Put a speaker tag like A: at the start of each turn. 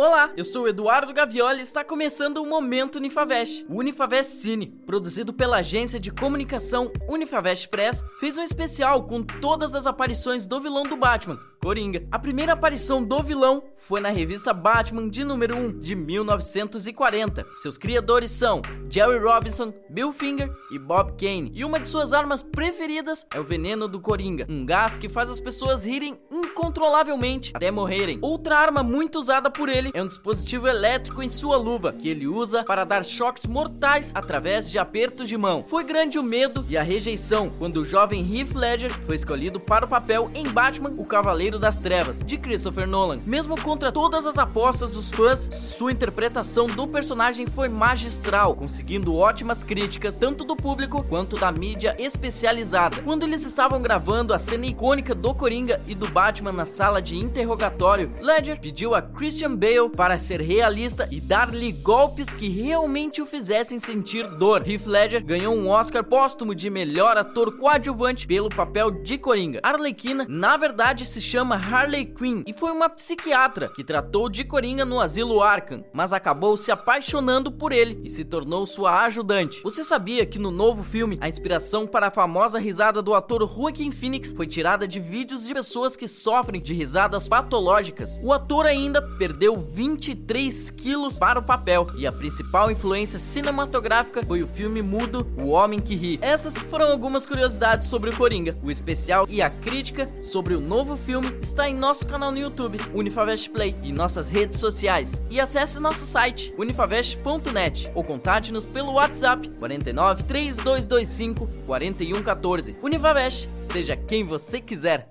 A: Olá, eu sou o Eduardo Gavioli e está começando o Momento Unifavest. O Unifavest Cine, produzido pela agência de comunicação Unifavest Press, fez um especial com todas as aparições do vilão do Batman, Coringa. A primeira aparição do vilão foi na revista Batman de número 1, de 1940. Seus criadores são Jerry Robinson, Bill Finger e Bob Kane. E uma de suas armas preferidas é o veneno do Coringa, um gás que faz as pessoas rirem incontrolavelmente até morrerem. Outra arma muito usada por ele é um dispositivo elétrico em sua luva, que ele usa para dar choques mortais através de apertos de mão. Foi grande o medo e a rejeição quando o jovem Heath Ledger foi escolhido para o papel em Batman, o Cavaleiro das Trevas, de Christopher Nolan. Mesmo contra todas as apostas dos fãs, sua interpretação do personagem foi magistral, conseguindo ótimas críticas tanto do público quanto da mídia especializada. Quando eles estavam gravando a cena icônica do Coringa e do Batman na sala de interrogatório, Ledger pediu a Christian Bale para ser realista e dar-lhe golpes que realmente o fizessem sentir dor. Heath Ledger ganhou um Oscar póstumo de melhor ator coadjuvante pelo papel de Coringa. Arlequina, na verdade, se chama Harley Quinn e foi uma psiquiatra que tratou de Coringa no asilo Arkham, mas acabou se apaixonando por ele e se tornou sua ajudante. Você sabia que no novo filme, a inspiração para a famosa risada do ator Joaquin Phoenix foi tirada de vídeos de pessoas que sofrem de risadas patológicas? O ator ainda perdeu 23 quilos para o papel e a principal influência cinematográfica foi o filme mudo O Homem que Ri. Essas foram algumas curiosidades sobre o Coringa. O especial e a crítica sobre o novo filme está em nosso canal no YouTube, Unifavest Play, e nossas redes sociais. E acesse nosso site, unifavest.net, ou contate-nos pelo WhatsApp 49 3225 4114. Unifavest, seja quem você quiser.